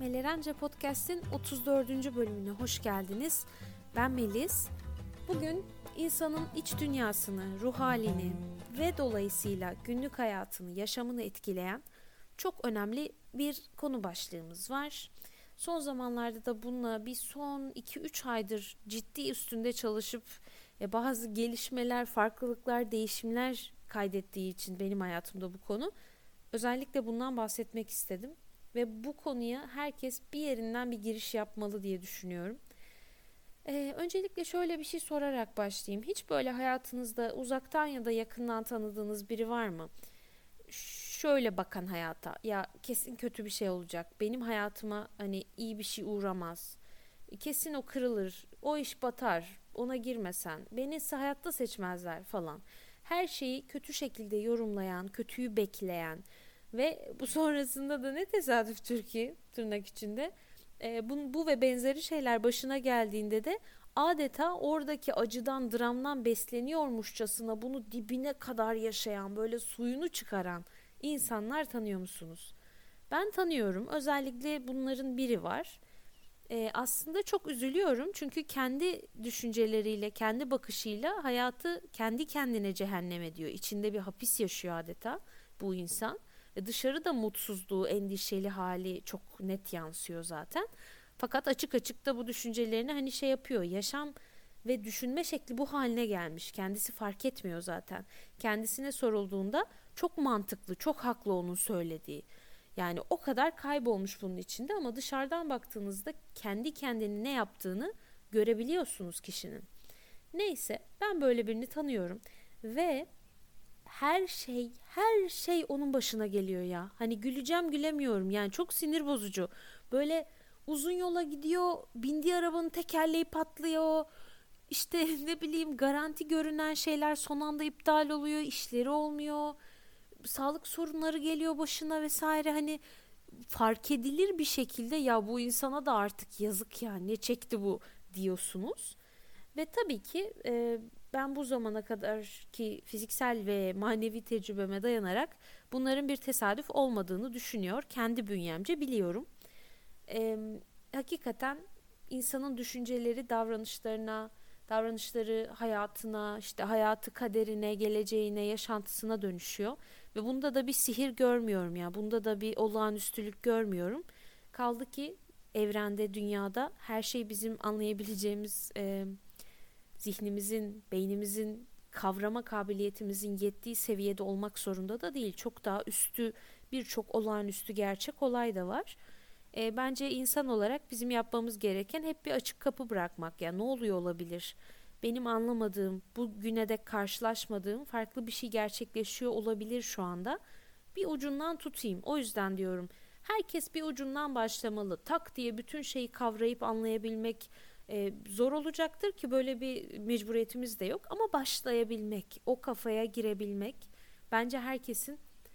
Melerence Podcast'in 34. bölümüne hoş geldiniz. Ben Melis. Bugün insanın iç dünyasını, ruh halini ve dolayısıyla günlük hayatını, yaşamını etkileyen çok önemli bir konu başlığımız var. Son zamanlarda da bununla son 2-3 aydır ciddi üstünde çalışıp bazı gelişmeler, farklılıklar, değişimler kaydettiği için benim hayatımda bu konu. Özellikle bundan bahsetmek istedim. Ve bu konuya herkes bir yerinden bir giriş yapmalı diye düşünüyorum. Öncelikle şöyle bir şey sorarak başlayayım. Hiç böyle hayatınızda uzaktan ya da yakından tanıdığınız biri var mı? Şöyle bakan hayata, ya kesin kötü bir şey olacak. Benim hayatıma hani iyi bir şey uğramaz. Kesin o kırılır, o iş batar, ona girmesen. Beni hayatta seçmezler falan. Her şeyi kötü şekilde yorumlayan, kötüyü bekleyen ve bu sonrasında da ne tesadüftür ki tırnak içinde bu ve benzeri şeyler başına geldiğinde de adeta oradaki acıdan, dramdan besleniyormuşçasına bunu dibine kadar yaşayan, böyle suyunu çıkaran insanlar tanıyor musunuz? Ben tanıyorum. Özellikle bunların biri var. Aslında çok üzülüyorum çünkü kendi düşünceleriyle, kendi bakışıyla hayatı kendi kendine cehennem ediyor. İçinde bir hapis yaşıyor adeta bu insan. Dışarıda mutsuzluğu, endişeli hali çok net yansıyor zaten. Fakat açık açık da bu düşüncelerini yapıyor. Yaşam ve düşünme şekli bu haline gelmiş. Kendisi fark etmiyor zaten. Kendisine sorulduğunda çok mantıklı, çok haklı onun söylediği. Yani o kadar kaybolmuş bunun içinde ama dışarıdan baktığınızda kendi kendini ne yaptığını görebiliyorsunuz kişinin. Neyse, ben böyle birini tanıyorum ve her şey onun başına geliyor ya. Hani güleceğim gülemiyorum, yani çok sinir bozucu. Böyle uzun yola gidiyor, bindiği arabanın tekerleği patlıyor. İşte ne bileyim, garanti görünen şeyler son anda iptal oluyor, işleri olmuyor. Sağlık sorunları geliyor başına vesaire, hani fark edilir bir şekilde ya bu insana da artık yazık ya, ne çekti bu diyorsunuz. Ve tabii ki ben bu zamana kadar ki fiziksel ve manevi tecrübeme dayanarak bunların bir tesadüf olmadığını düşünüyor. Kendi bünyemce biliyorum. E, Hakikaten insanın düşünceleri davranışları hayatına, işte hayatı kaderine, geleceğine, yaşantısına dönüşüyor. Ve bunda da bir sihir görmüyorum ya. Bunda da bir olağanüstülük görmüyorum. Kaldı ki evrende, dünyada her şey bizim anlayabileceğimiz, zihnimizin, beynimizin kavrama kabiliyetimizin yettiği seviyede olmak zorunda da değil. Çok daha üstü, birçok olağanüstü gerçek olay da var. Bence insan olarak bizim yapmamız gereken hep bir açık kapı bırakmak. Yani ne oluyor olabilir? Benim anlamadığım, bugüne dek karşılaşmadığım farklı bir şey gerçekleşiyor olabilir şu anda. Bir ucundan tutayım. O yüzden diyorum, herkes bir ucundan başlamalı. Tak diye bütün şeyi kavrayıp anlayabilmek zor olacaktır ki böyle bir mecburiyetimiz de yok. Ama başlayabilmek, o kafaya girebilmek bence herkesin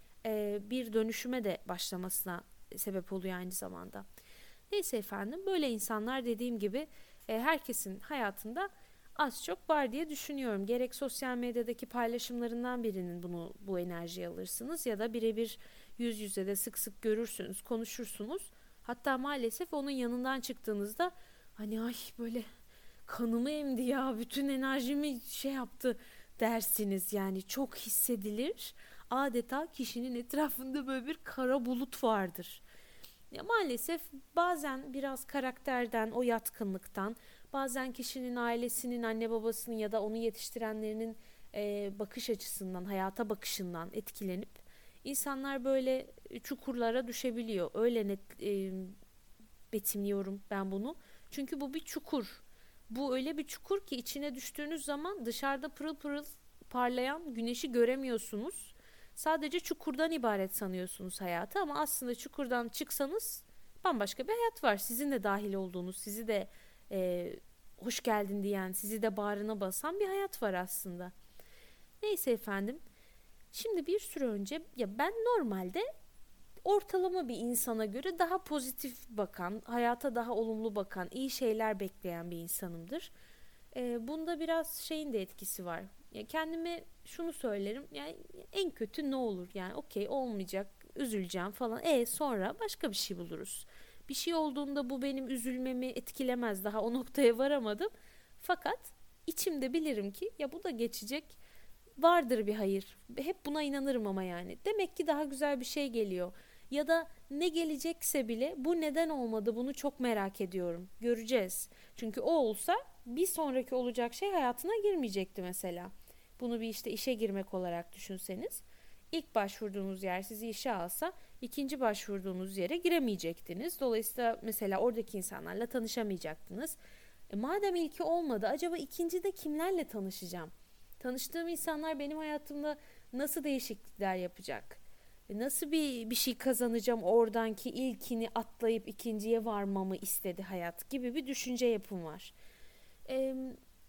bir dönüşüme de başlamasına sebep oluyor aynı zamanda. Neyse efendim, böyle insanlar dediğim gibi herkesin hayatında az çok var diye düşünüyorum. Gerek sosyal medyadaki paylaşımlarından birinin bu enerjiyi alırsınız ya da birebir yüz yüze de sık sık görürsünüz, konuşursunuz. Hatta maalesef onun yanından çıktığınızda hani ay böyle kanımı emdi ya, bütün enerjimi yaptı dersiniz. Yani çok hissedilir. Adeta kişinin etrafında böyle bir kara bulut vardır. Ya maalesef bazen biraz karakterden, o yatkınlıktan, bazen kişinin ailesinin, anne babasının ya da onu yetiştirenlerinin bakış açısından, hayata bakışından etkilenip insanlar böyle çukurlara düşebiliyor. Öyle net betimliyorum ben bunu. Çünkü bu bir çukur. Bu öyle bir çukur ki içine düştüğünüz zaman dışarıda pırıl pırıl parlayan güneşi göremiyorsunuz. Sadece çukurdan ibaret sanıyorsunuz hayatı ama aslında çukurdan çıksanız bambaşka bir hayat var. Sizin de dahil olduğunuz, sizi de hoş geldin diyen, sizi de bağrına basan bir hayat var aslında. Neyse efendim. Şimdi bir süre önce ya ben normalde ortalama bir insana göre daha pozitif bakan, hayata daha olumlu bakan, iyi şeyler bekleyen bir insanımdır. Bunda biraz şeyin de etkisi var. Ya kendime şunu söylerim. Yani en kötü ne olur? Yani okey, olmayacak, üzüleceğim falan. Sonra başka bir şey buluruz. Bir şey olduğunda bu benim üzülmemi etkilemez. Daha o noktaya varamadım. Fakat içimde bilirim ki ya bu da geçecek. Vardır bir hayır. Hep buna inanırım ama yani. Demek ki daha güzel bir şey geliyor. Ya da ne gelecekse bile bu neden olmadı bunu çok merak ediyorum. Göreceğiz. Çünkü o olsa bir sonraki olacak şey hayatına girmeyecekti mesela. Bunu bir işte işe girmek olarak düşünseniz. İlk başvurduğunuz yer sizi işe alsa ikinci başvurduğunuz yere giremeyecektiniz. Dolayısıyla mesela oradaki insanlarla tanışamayacaktınız. Madem ilki olmadı acaba ikinci de kimlerle tanışacağım? Tanıştığım insanlar benim hayatımda nasıl değişiklikler yapacak? Nasıl bir şey kazanacağım oradan ki ilkini atlayıp ikinciye varmamı istedi hayat gibi bir düşünce yapım var. Ee,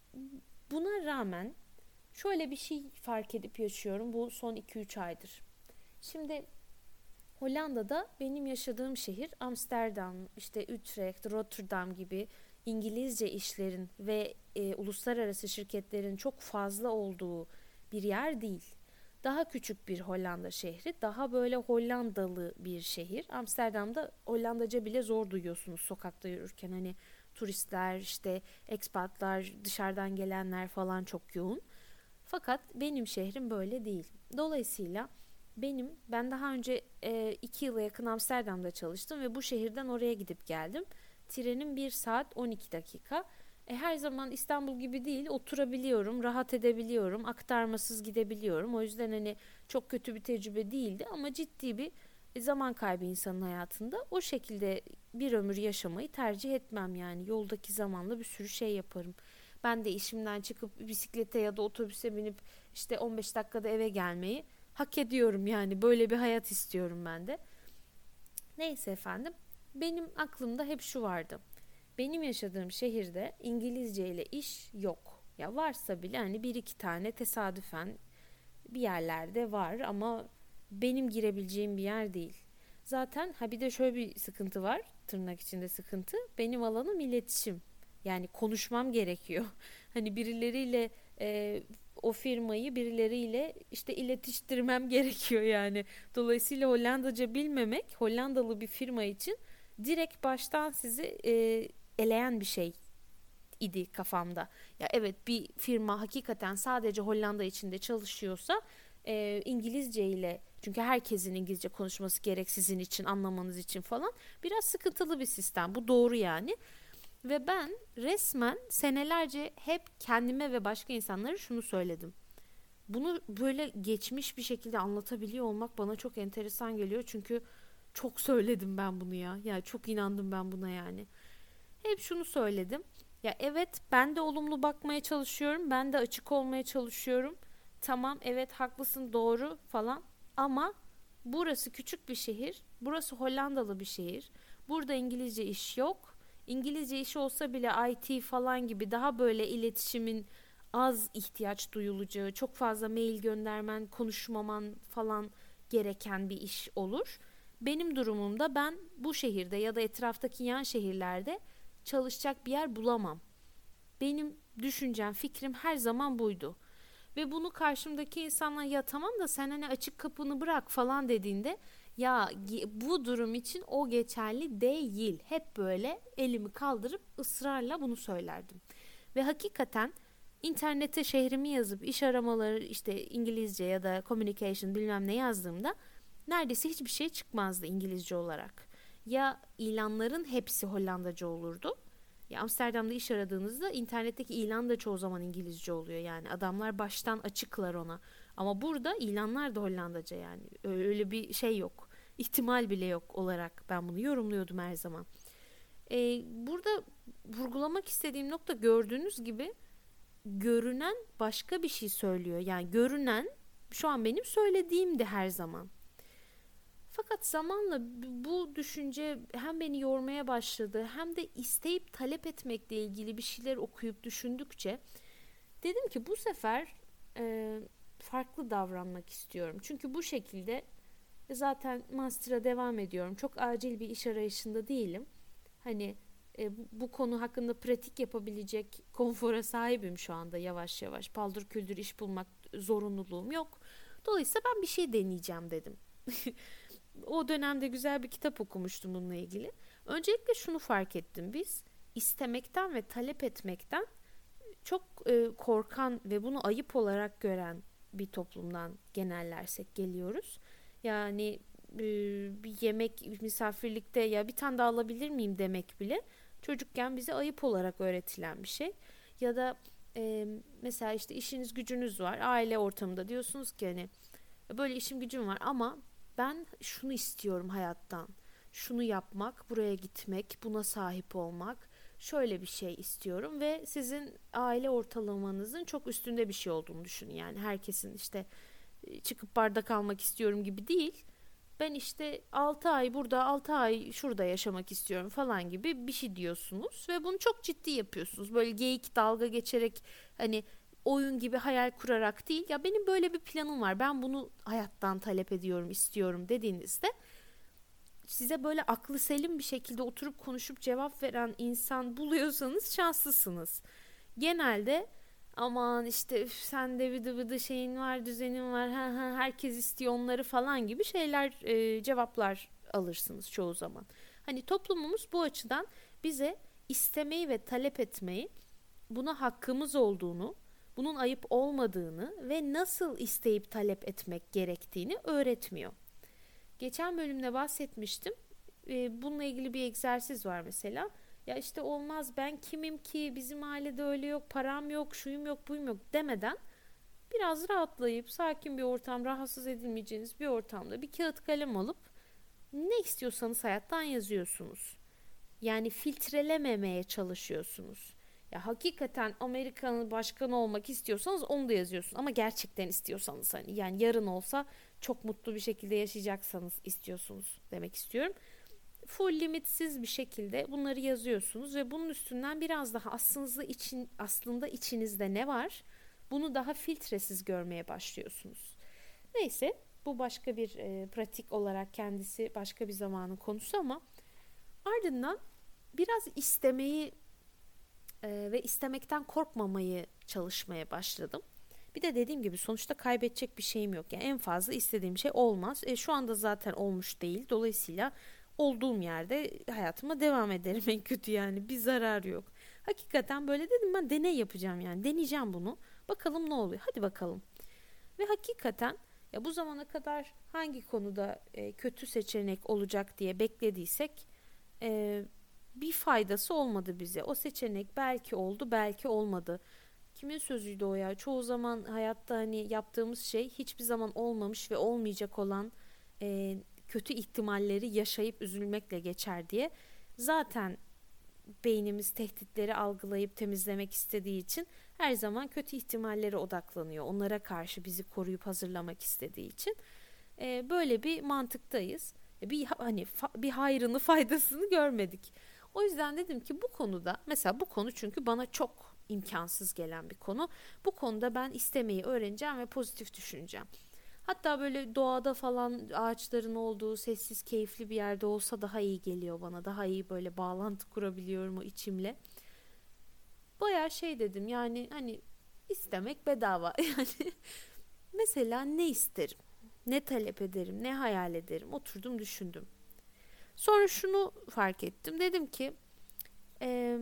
Buna rağmen şöyle bir şey fark edip yaşıyorum bu son 2-3 aydır. Şimdi Hollanda'da benim yaşadığım şehir Amsterdam, işte Utrecht, Rotterdam gibi İngilizce işlerin ve uluslararası şirketlerin çok fazla olduğu bir yer değil. Daha küçük bir Hollanda şehri, daha böyle Hollandalı bir şehir. Amsterdam'da Hollandaca bile zor duyuyorsunuz sokakta yürürken. Hani turistler, işte ekspatlar, dışarıdan gelenler falan çok yoğun. Fakat benim şehrim böyle değil. Dolayısıyla ben daha önce 2 yıla yakın Amsterdam'da çalıştım ve bu şehirden oraya gidip geldim. Trenim 1 saat 12 dakika. Her zaman İstanbul gibi değil, oturabiliyorum, rahat edebiliyorum, aktarmasız gidebiliyorum. O yüzden hani çok kötü bir tecrübe değildi ama ciddi bir zaman kaybı insanın hayatında. O şekilde bir ömür yaşamayı tercih etmem yani. Yoldaki zamanla bir sürü şey yaparım. Ben de işimden çıkıp bisiklete ya da otobüse binip işte 15 dakikada eve gelmeyi hak ediyorum yani. Böyle bir hayat istiyorum ben de. Neyse efendim. Benim aklımda hep şu vardı. Benim yaşadığım şehirde İngilizce ile iş yok. Ya varsa bile hani bir iki tane tesadüfen bir yerlerde var ama benim girebileceğim bir yer değil. Zaten bir de şöyle bir sıkıntı var. Tırnak içinde sıkıntı. Benim alanım iletişim. Yani konuşmam gerekiyor. Hani birileriyle o firmayı birileriyle işte iletiştirmem gerekiyor yani. Dolayısıyla Hollandaca bilmemek Hollandalı bir firma için direkt baştan sizi eleyen bir şey idi kafamda. Ya evet bir firma hakikaten sadece Hollanda içinde çalışıyorsa İngilizce ile çünkü herkesin İngilizce konuşması gerek sizin için anlamanız için falan biraz sıkıntılı bir sistem. Bu doğru yani. Ve ben resmen senelerce hep kendime ve başka insanlara şunu söyledim. Bunu böyle geçmiş bir şekilde anlatabiliyor olmak bana çok enteresan geliyor. Çünkü çok söyledim ben bunu ya. Yani çok inandım ben buna yani. Hep şunu söyledim. Ya evet ben de olumlu bakmaya çalışıyorum. Ben de açık olmaya çalışıyorum. Tamam evet haklısın doğru falan. Ama burası küçük bir şehir. Burası Hollandalı bir şehir. Burada İngilizce iş yok. İngilizce iş olsa bile IT falan gibi daha böyle iletişimin az ihtiyaç duyulacağı, çok fazla mail göndermen, konuşmaman falan gereken bir iş olur. Benim durumumda ben bu şehirde ya da etraftaki yan şehirlerde çalışacak bir yer bulamam. Benim düşüncem, fikrim her zaman buydu. Ve bunu karşımdaki insanlar ya tamam da sen hani açık kapını bırak falan dediğinde ya bu durum için o geçerli değil. Hep böyle elimi kaldırıp ısrarla bunu söylerdim. Ve hakikaten internete şehrimi yazıp iş aramaları işte İngilizce ya da communication bilmem ne yazdığımda neredeyse hiçbir şey çıkmazdı İngilizce olarak. Ya ilanların hepsi Hollandaca olurdu. Ya Amsterdam'da iş aradığınızda internetteki ilan da çoğu zaman İngilizce oluyor yani. Adamlar baştan açıklar ona. Ama burada ilanlar da Hollandaca yani. Öyle bir şey yok. İhtimal bile yok olarak ben bunu yorumluyordum her zaman. Burada vurgulamak istediğim nokta gördüğünüz gibi görünen başka bir şey söylüyor. Yani görünen şu an benim söylediğimdi her zaman. Fakat zamanla bu düşünce hem beni yormaya başladı hem de isteyip talep etmekle ilgili bir şeyler okuyup düşündükçe dedim ki bu sefer farklı davranmak istiyorum. Çünkü bu şekilde zaten master'a devam ediyorum. Çok acil bir iş arayışında değilim. Hani bu konu hakkında pratik yapabilecek konfora sahibim şu anda yavaş yavaş. Paldır küldür iş bulmak zorunluluğum yok. Dolayısıyla ben bir şey deneyeceğim dedim. O dönemde güzel bir kitap okumuştum bununla ilgili. Öncelikle şunu fark ettim: biz istemekten ve talep etmekten çok korkan ve bunu ayıp olarak gören bir toplumdan genellersek geliyoruz. Yani bir yemek misafirlikte ya bir tane daha alabilir miyim demek bile çocukken bize ayıp olarak öğretilen bir şey. Ya da mesela işte işiniz gücünüz var, aile ortamında diyorsunuz ki hani böyle işim gücüm var ama ben şunu istiyorum hayattan. Şunu yapmak, buraya gitmek, buna sahip olmak, şöyle bir şey istiyorum ve sizin aile ortalamanızın çok üstünde bir şey olduğunu düşünün. Yani herkesin işte çıkıp bardak almak istiyorum gibi değil. Ben işte 6 ay burada 6 ay şurada yaşamak istiyorum falan gibi bir şey diyorsunuz ve bunu çok ciddi yapıyorsunuz. Böyle geyik dalga geçerek, hani oyun gibi hayal kurarak değil. Ya benim böyle bir planım var, ben bunu hayattan talep ediyorum, istiyorum dediğinizde size böyle aklı selim bir şekilde oturup konuşup cevap veren insan buluyorsanız şanslısınız. Genelde aman işte üf, sende vıdı vıdı şeyin var, düzenin var, ha, ha, herkes istiyor onları falan gibi şeyler, cevaplar alırsınız çoğu zaman. Hani toplumumuz bu açıdan bize istemeyi ve talep etmeyi, buna hakkımız olduğunu, bunun ayıp olmadığını ve nasıl isteyip talep etmek gerektiğini öğretmiyor. Geçen bölümde bahsetmiştim. Bununla ilgili bir egzersiz var mesela. Ya işte olmaz, ben kimim ki, bizim ailede öyle yok, param yok, şuyum yok, buyum yok demeden biraz rahatlayıp sakin bir ortam, rahatsız edilmeyeceğiniz bir ortamda bir kağıt kalem alıp ne istiyorsanız hayattan yazıyorsunuz. Yani filtrelememeye çalışıyorsunuz. Ya hakikaten Amerika'nın başkanı olmak istiyorsanız onu da yazıyorsunuz. Ama gerçekten istiyorsanız, hani yani yarın olsa çok mutlu bir şekilde yaşayacaksanız istiyorsunuz demek istiyorum. Full limitsiz bir şekilde bunları yazıyorsunuz ve bunun üstünden biraz daha aslında içinizde ne var? Bunu daha filtresiz görmeye başlıyorsunuz. Neyse, bu başka bir pratik olarak, kendisi başka bir zamanın konusu ama ardından biraz istemeyi ve istemekten korkmamayı çalışmaya başladım. Bir de dediğim gibi sonuçta kaybedecek bir şeyim yok. Yani en fazla istediğim şey olmaz. Şu anda zaten olmuş değil. Dolayısıyla olduğum yerde hayatıma devam ederim en kötü, yani bir zarar yok. Hakikaten böyle dedim, ben deney yapacağım, yani deneyeceğim bunu. Bakalım ne oluyor. Hadi bakalım. Ve hakikaten ya bu zamana kadar hangi konuda kötü seçenek olacak diye beklediysek e, bir faydası olmadı bize. O seçenek belki oldu, belki olmadı. Kimin sözüydü o ya? Çoğu zaman hayatta hani yaptığımız şey hiçbir zaman olmamış ve olmayacak olan kötü ihtimalleri yaşayıp üzülmekle geçer diye. Zaten beynimiz tehditleri algılayıp temizlemek istediği için her zaman kötü ihtimallere odaklanıyor. Onlara karşı bizi koruyup hazırlamak istediği için böyle bir mantıktayız. Bir hayrını faydasını görmedik. O yüzden dedim ki bu konuda, mesela bu konu çünkü bana çok imkansız gelen bir konu. Bu konuda ben istemeyi öğreneceğim ve pozitif düşüneceğim. Hatta böyle doğada falan ağaçların olduğu sessiz, keyifli bir yerde olsa daha iyi geliyor bana. Daha iyi böyle bağlantı kurabiliyorum o içimle. Bayağı şey dedim, yani hani istemek bedava. Yani mesela ne isterim? Ne talep ederim? Ne hayal ederim? Oturdum düşündüm. Sonra şunu fark ettim. Dedim ki eee,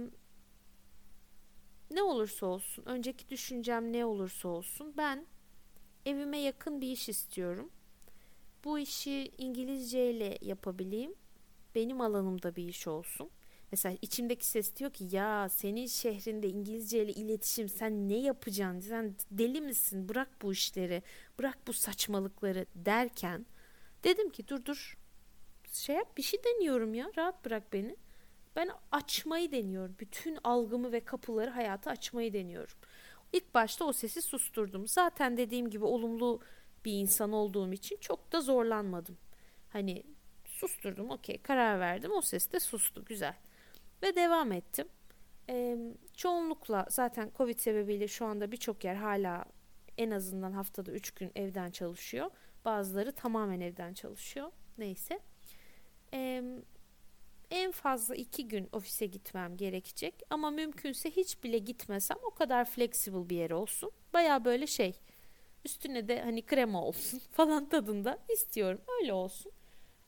ne olursa olsun, önceki düşüncem ne olursa olsun, ben evime yakın bir iş istiyorum. Bu işi İngilizce ile yapabileyim. Benim alanımda bir iş olsun. Mesela içimdeki ses diyor ki ya senin şehrinde İngilizce ile iletişim, sen ne yapacaksın? Sen deli misin? Bırak bu işleri. Bırak bu saçmalıkları derken dedim ki dur şey yap, bir şey deniyorum ya. Rahat bırak beni. Ben açmayı deniyorum. Bütün algımı ve kapıları hayata açmayı deniyorum. İlk başta o sesi susturdum. Zaten dediğim gibi olumlu bir insan olduğum için çok da zorlanmadım. Hani susturdum, okey, karar verdim. O ses de sustu, güzel. Ve devam ettim. Çoğunlukla zaten Covid sebebiyle şu anda birçok yer hala en azından haftada 3 gün evden çalışıyor. Bazıları tamamen evden çalışıyor. Neyse. Ee, En fazla 2 gün ofise gitmem gerekecek. Ama mümkünse hiç bile gitmesem o kadar flexible bir yer olsun. Baya böyle üstüne de hani krema olsun falan tadında istiyorum. Öyle olsun.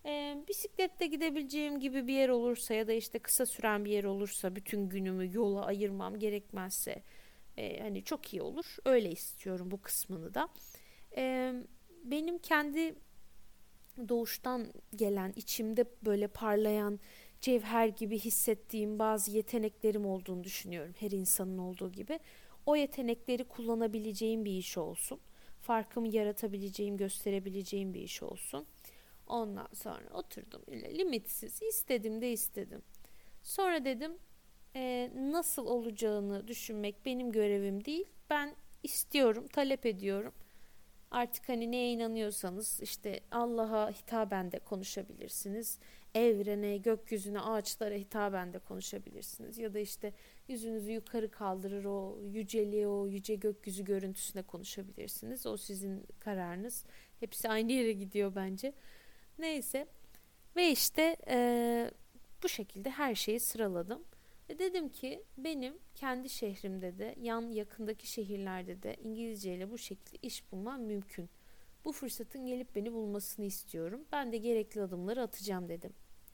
Bisikletle gidebileceğim gibi bir yer olursa ya da işte kısa süren bir yer olursa, bütün günümü yola ayırmam gerekmezse hani çok iyi olur. Öyle istiyorum bu kısmını da. E, Benim kendi doğuştan gelen, içimde böyle parlayan, cevher gibi hissettiğim bazı yeteneklerim olduğunu düşünüyorum. Her insanın olduğu gibi. O yetenekleri kullanabileceğim bir iş olsun. Farkımı yaratabileceğim, gösterebileceğim bir iş olsun. Ondan sonra oturdum öyle limitsiz istedim de istedim. Sonra dedim nasıl olacağını düşünmek benim görevim değil. Ben istiyorum, talep ediyorum. Artık hani neye inanıyorsanız işte Allah'a hitaben de konuşabilirsiniz. Evrene, gökyüzüne, ağaçlara hitaben de konuşabilirsiniz. Ya da işte yüzünüzü yukarı kaldırır o yüceliğe, o yüce gökyüzü görüntüsüne konuşabilirsiniz. O sizin kararınız. Hepsi aynı yere gidiyor bence. Neyse. Ve işte bu şekilde her şeyi sıraladım. Ve dedim ki benim kendi şehrimde de yakındaki şehirlerde de İngilizce ile bu şekilde iş bulmam mümkün. Bu fırsatın gelip beni bulmasını istiyorum. Ben de gerekli adımları atacağım dedim.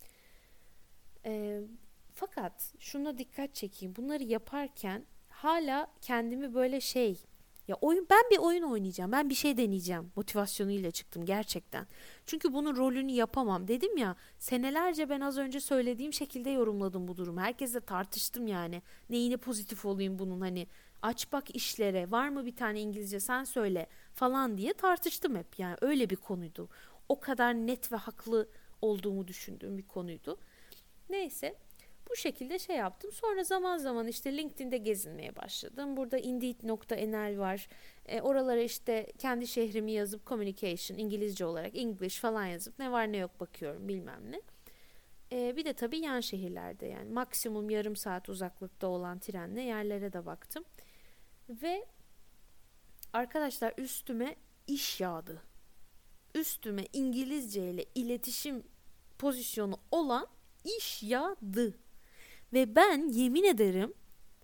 Fakat şuna dikkat çekeyim. Bunları yaparken hala kendimi böyle ben bir oyun oynayacağım. Ben bir şey deneyeceğim motivasyonuyla çıktım gerçekten. Çünkü bunun rolünü yapamam. Dedim ya, senelerce ben az önce söylediğim şekilde yorumladım bu durumu. Herkesle tartıştım yani. Neyine pozitif olayım bunun, hani aç bak işlere, var mı bir tane İngilizce sen söyle falan diye tartıştım hep. Yani öyle bir konuydu. O kadar net ve haklı olduğumu düşündüğüm bir konuydu. Neyse, bu şekilde yaptım. Sonra zaman zaman işte LinkedIn'de gezinmeye başladım. Burada Indeed.nl var. Oralara işte kendi şehrimi yazıp communication, İngilizce olarak English falan yazıp ne var ne yok bakıyorum, bilmem ne. Bir de tabii yan şehirlerde, yani maksimum yarım saat uzaklıkta olan trenle yerlere de baktım. Ve arkadaşlar, üstüme iş yağdı. Üstüme İngilizce ile iletişim pozisyonu olan iş yağdı. Ve ben yemin ederim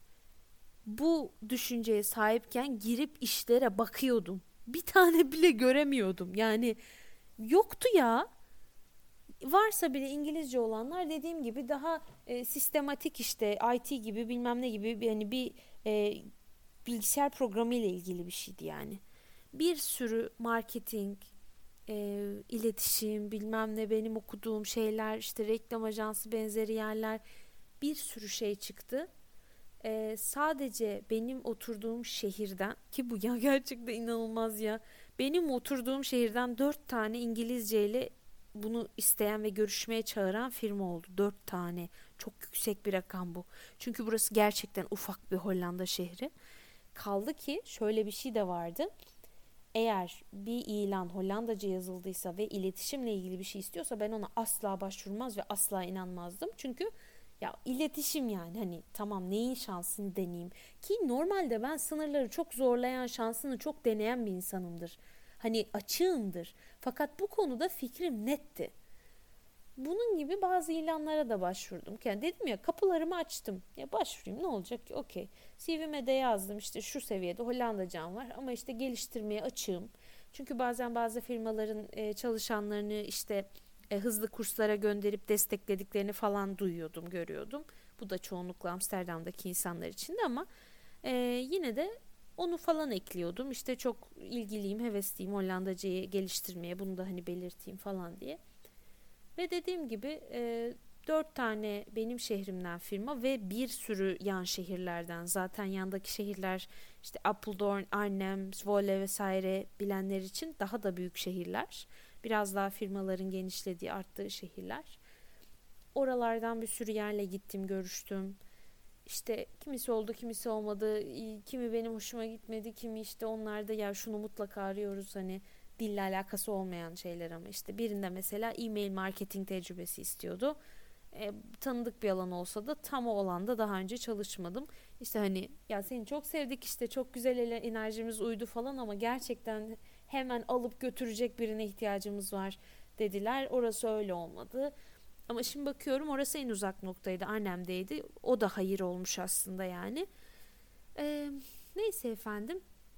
bu düşünceye sahipken girip işlere bakıyordum. Bir tane bile göremiyordum. Yani yoktu ya. Varsa bile İngilizce olanlar, dediğim gibi daha sistematik, işte IT gibi bilmem ne gibi yani bir bilgisayar programı ile ilgili bir şeydi yani. Bir sürü marketing, iletişim bilmem ne, benim okuduğum şeyler, işte reklam ajansı benzeri yerler, bir sürü şey çıktı. Sadece benim oturduğum şehirden, ki bu ya gerçekten inanılmaz ya, benim oturduğum şehirden 4 tane İngilizce ile bunu isteyen ve görüşmeye çağıran firma oldu. 4 tane. Çok yüksek bir rakam bu. Çünkü burası gerçekten ufak bir Hollanda şehri. Kaldı ki şöyle bir şey de vardı. Eğer bir ilan Hollandaca yazıldıysa ve iletişimle ilgili bir şey istiyorsa ben ona asla başvurmaz ve asla inanmazdım. Çünkü ya iletişim, yani hani tamam, neyin şansını deneyeyim ki normalde ben sınırları çok zorlayan, şansını çok deneyen bir insanımdır. Hani açığımdır. Fakat bu konuda fikrim netti. Bunun gibi bazı ilanlara da başvurdum. Yani dedim ya, kapılarımı açtım. Ya başvurayım, ne olacak ki? Okey. CV'me de yazdım, işte şu seviyede Hollandacam var ama işte geliştirmeye açığım. Çünkü bazen bazı firmaların çalışanlarını işte hızlı kurslara gönderip desteklediklerini falan duyuyordum, görüyordum. Bu da çoğunlukla Amsterdam'daki insanlar için de, ama yine de onu falan ekliyordum. İşte çok ilgiliyim, hevesliyim Hollandacayı geliştirmeye, bunu da hani belirteyim falan diye. Ve dediğim gibi 4 tane benim şehrimden firma ve bir sürü yan şehirlerden. Zaten yandaki şehirler işte Apeldoorn, Arnhem, Zwolle vesaire, bilenler için daha da büyük şehirler. Biraz daha firmaların genişlediği, arttığı şehirler. Oralardan bir sürü yerle gittim, görüştüm. İşte kimisi oldu, kimisi olmadı. Kimi benim hoşuma gitmedi, kimi işte onlar da ya şunu mutlaka arıyoruz, hani dille alakası olmayan şeyler, ama işte birinde mesela e-mail marketing tecrübesi istiyordu. Tanıdık bir alan olsa da tam o alanda daha önce çalışmadım. İşte hani ya seni çok sevdik, işte çok güzel enerjimiz uydu falan, ama gerçekten hemen alıp götürecek birine ihtiyacımız var dediler. Orası öyle olmadı. Ama şimdi bakıyorum orası en uzak noktaydı, Arnhem'deydi. O da hayır olmuş aslında yani. Neyse efendim.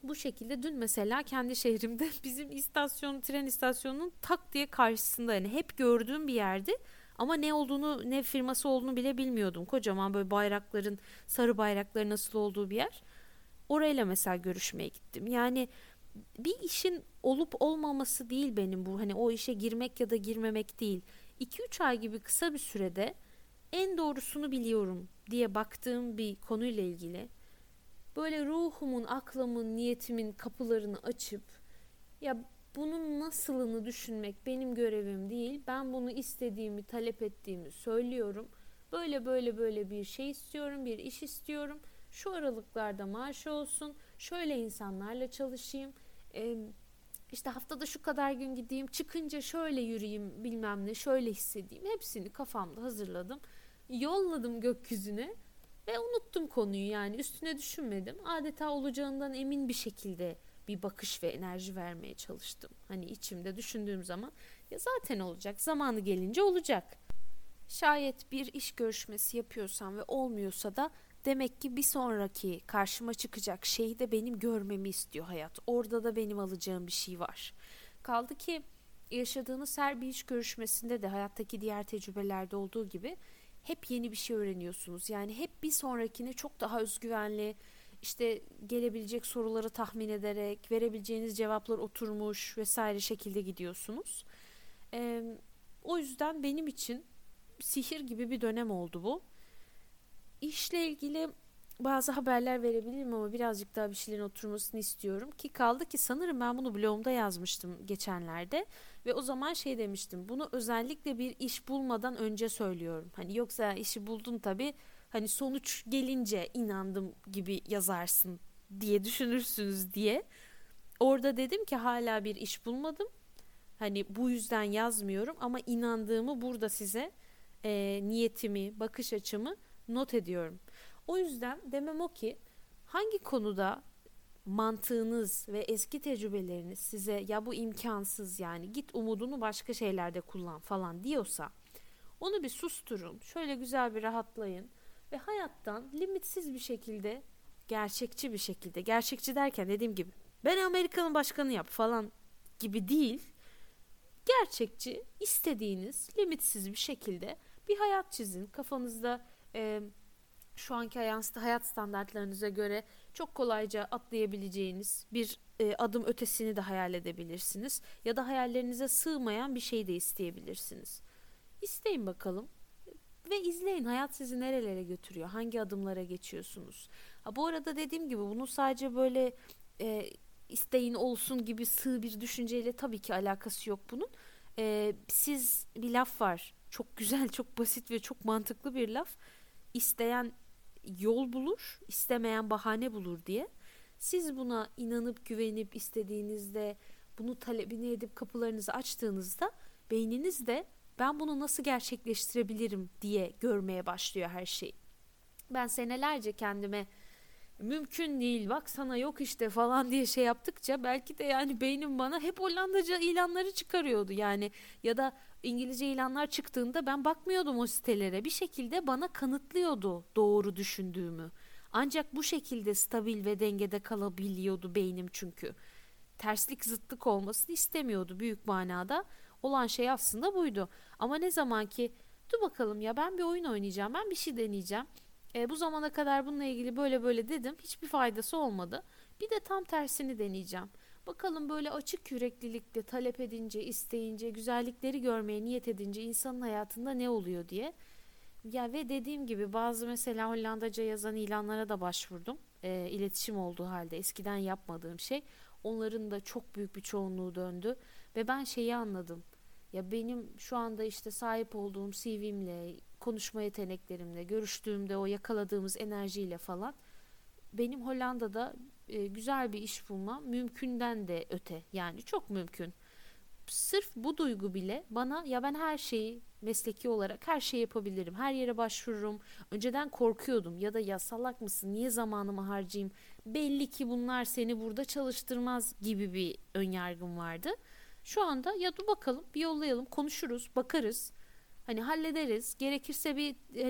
Bu şekilde dün mesela kendi şehrimde bizim tren istasyonunun tak diye karşısında, yani hep gördüğüm bir yerdi. Ama ne olduğunu, ne firması olduğunu bile bilmiyordum. Kocaman böyle bayrakların, sarı bayrakların nasıl olduğu bir yer. Orayla mesela görüşmeye gittim. Yani bir işin olup olmaması değil benim bu. Hani o işe girmek ya da girmemek değil. 2-3 ay gibi kısa bir sürede en doğrusunu biliyorum diye baktığım bir konuyla ilgili böyle ruhumun, aklımın, niyetimin kapılarını açıp ya bunun nasılını düşünmek benim görevim değil. Ben bunu istediğimi, talep ettiğimi söylüyorum. Böyle böyle böyle bir şey istiyorum, bir iş istiyorum. Şu aralıklarda maaş olsun, şöyle insanlarla çalışayım. Ee, işte haftada şu kadar gün gideyim, çıkınca şöyle yürüyeyim, bilmem ne, şöyle hissedeyim. Hepsini kafamda hazırladım. Yolladım gökyüzüne ve unuttum konuyu, yani üstüne düşünmedim. Adeta olacağından emin bir şekilde bir bakış ve enerji vermeye çalıştım. Hani içimde düşündüğüm zaman ya zaten olacak, zamanı gelince olacak. Şayet bir iş görüşmesi yapıyorsam ve olmuyorsa da demek ki bir sonraki karşıma çıkacak şeyi de benim görmemi istiyor hayat. Orada da benim alacağım bir şey var. Kaldı ki yaşadığınız her bir iş görüşmesinde de hayattaki diğer tecrübelerde olduğu gibi hep yeni bir şey öğreniyorsunuz. Yani hep bir sonrakine çok daha özgüvenli, işte gelebilecek soruları tahmin ederek, verebileceğiniz cevaplar oturmuş vesaire şekilde gidiyorsunuz. Ee, O yüzden benim için sihir gibi bir dönem oldu bu. İşle ilgili bazı haberler verebilirim ama birazcık daha bir şeylerin oturmasını istiyorum. Ki kaldı ki sanırım ben bunu blogumda yazmıştım geçenlerde. Ve o zaman şey demiştim. Bunu özellikle bir iş bulmadan önce söylüyorum. Hani yoksa işi buldun tabii. Hani sonuç gelince inandım gibi yazarsın diye düşünürsünüz diye. Orada dedim ki hala bir iş bulmadım. Hani bu yüzden yazmıyorum ama inandığımı burada size niyetimi, bakış açımı not ediyorum. O yüzden demem o ki hangi konuda mantığınız ve eski tecrübeleriniz size ya bu imkansız, yani git umudunu başka şeylerde kullan falan diyorsa onu bir susturun. Şöyle güzel bir rahatlayın ve hayattan limitsiz bir şekilde, gerçekçi bir şekilde, gerçekçi derken dediğim gibi ben Amerika'nın başkanı yap falan gibi değil, gerçekçi, istediğiniz limitsiz bir şekilde bir hayat çizin. Kafanızda şu anki hayat standartlarınıza göre çok kolayca atlayabileceğiniz bir adım ötesini de hayal edebilirsiniz. Ya da hayallerinize sığmayan bir şey de isteyebilirsiniz. İsteyin bakalım ve izleyin hayat sizi nerelere götürüyor, hangi adımlara geçiyorsunuz. Ha, bu arada dediğim gibi bunu sadece böyle isteğin olsun gibi sığ bir düşünceyle tabii ki alakası yok bunun. Siz, bir laf var, çok güzel, çok basit ve çok mantıklı bir laf. İsteyen yol bulur, istemeyen bahane bulur diye. Siz buna inanıp güvenip istediğinizde, bunu talebini edip kapılarınızı açtığınızda beyniniz de ben bunu nasıl gerçekleştirebilirim diye görmeye başlıyor her şeyi. Ben senelerce kendime mümkün değil bak sana yok işte falan diye şey yaptıkça belki de yani beynim bana hep Hollandaca ilanları çıkarıyordu yani, ya da İngilizce ilanlar çıktığında ben bakmıyordum o sitelere, bir şekilde bana kanıtlıyordu doğru düşündüğümü. Ancak bu şekilde stabil ve dengede kalabiliyordu beynim, çünkü terslik zıtlık olmasını istemiyordu büyük manada. Olan şey aslında buydu. Ama ne zaman ki dur bakalım ya ben bir oyun oynayacağım, ben bir şey deneyeceğim. Bu zamana kadar bununla ilgili böyle böyle dedim. Hiçbir faydası olmadı. Bir de tam tersini deneyeceğim. Bakalım böyle açık yüreklilikle talep edince, isteyince, güzellikleri görmeye niyet edince insanın hayatında ne oluyor diye. Ya ve dediğim gibi bazı mesela Hollandaca yazan ilanlara da başvurdum. İletişim olduğu halde eskiden yapmadığım şey. Onların da çok büyük bir çoğunluğu döndü. Ve ben şeyi anladım. Ya benim şu anda işte sahip olduğum CV'mle, konuşma yeteneklerimle, görüştüğümde o yakaladığımız enerjiyle falan benim Hollanda'da güzel bir iş bulmam mümkünden de öte. Yani çok mümkün. Sırf bu duygu bile bana ya ben her şeyi mesleki olarak her şeyi yapabilirim. Her yere başvururum. Önceden korkuyordum ya da ya salak mısın? Niye zamanımı harcayayım? Belli ki bunlar seni burada çalıştırmaz gibi bir önyargım vardı. Şu anda ya dur bakalım bir yollayalım, konuşuruz, bakarız. Hani hallederiz. Gerekirse bir hani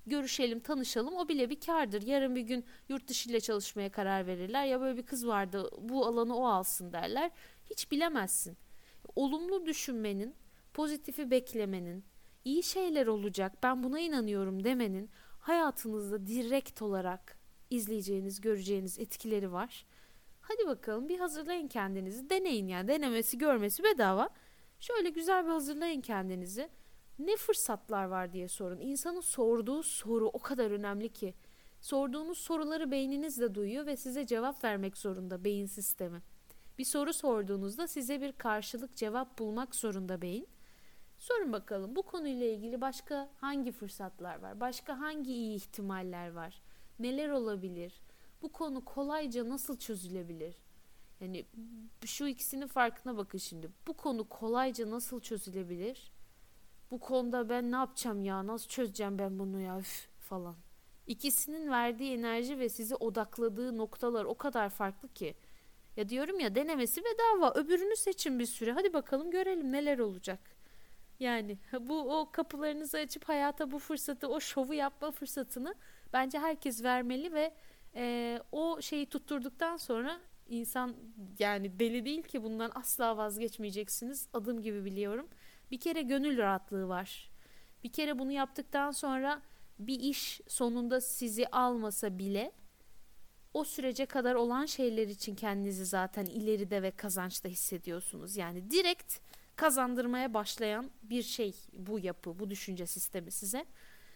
görüşelim, tanışalım. O bile bir kârdır. Yarın bir gün yurt dışı ile çalışmaya karar verirler. Ya böyle bir kız vardı, bu alanı o alsın derler. Hiç bilemezsin. Olumlu düşünmenin, pozitifi beklemenin, iyi şeyler olacak, ben buna inanıyorum demenin hayatınızda direkt olarak izleyeceğiniz, göreceğiniz etkileri var. Hadi bakalım bir hazırlayın kendinizi. Deneyin yani. Denemesi, görmesi bedava. Şöyle güzel bir hazırlayın kendinizi. Ne fırsatlar var diye sorun. İnsanın sorduğu soru o kadar önemli ki. Sorduğunuz soruları beyniniz de duyuyor ve size cevap vermek zorunda beyin sistemi. Bir soru sorduğunuzda size bir karşılık cevap bulmak zorunda beyin. Sorun bakalım bu konuyla ilgili başka hangi fırsatlar var? Başka hangi iyi ihtimaller var? Neler olabilir? Bu konu kolayca nasıl çözülebilir? Yani şu ikisinin farkına bakın şimdi. Bu konu kolayca nasıl çözülebilir? Bu konuda ben ne yapacağım ya? Nasıl çözeceğim ben bunu ya? Üf, falan. İkisinin verdiği enerji ve sizi odakladığı noktalar o kadar farklı ki. Ya diyorum ya, denemesi bedava. Öbürünü seçin bir süre. Hadi bakalım görelim neler olacak. Yani bu o kapılarınızı açıp hayata bu fırsatı, o şovu yapma fırsatını bence herkes vermeli ve o şeyi tutturduktan sonra insan, yani deli değil ki, bundan asla vazgeçmeyeceksiniz. Adım gibi biliyorum. Bir kere gönül rahatlığı var. Bir kere bunu yaptıktan sonra bir iş sonunda sizi almasa bile o sürece kadar olan şeyler için kendinizi zaten ileride ve kazançta hissediyorsunuz. Yani direkt kazandırmaya başlayan bir şey bu yapı, bu düşünce sistemi size.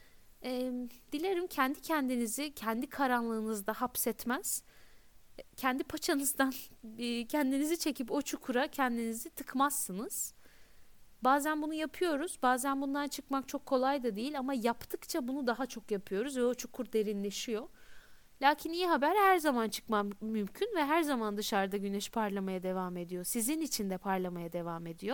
Dilerim kendi kendinizi kendi karanlığınızda hapsetmez. Kendi paçanızdan kendinizi çekip o çukura kendinizi tıkmazsınız. Bazen bunu yapıyoruz. Bazen bundan çıkmak çok kolay da değil ama yaptıkça bunu daha çok yapıyoruz ve o çukur derinleşiyor. Lakin iyi haber, her zaman çıkmam mümkün ve her zaman dışarıda güneş parlamaya devam ediyor. Sizin için de parlamaya devam ediyor.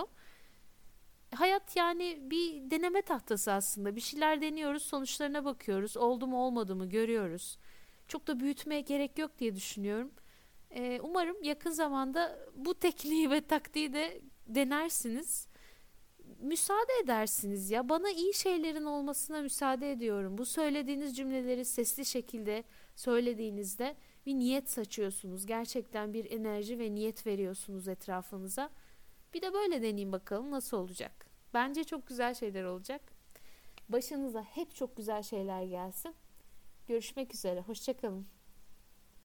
Hayat yani bir deneme tahtası aslında. Bir şeyler deniyoruz, sonuçlarına bakıyoruz. Oldu mu olmadı mı görüyoruz. Çok da büyütmeye gerek yok diye düşünüyorum. Umarım yakın zamanda bu tekniği ve taktiği de denersiniz. Müsaade edersiniz ya. Bana iyi şeylerin olmasına müsaade ediyorum. Bu söylediğiniz cümleleri sesli şekilde söylediğinizde bir niyet saçıyorsunuz. Gerçekten bir enerji ve niyet veriyorsunuz etrafınıza. Bir de böyle deneyeyim bakalım nasıl olacak. Bence çok güzel şeyler olacak. Başınıza hep çok güzel şeyler gelsin. Görüşmek üzere. Hoşça kalın.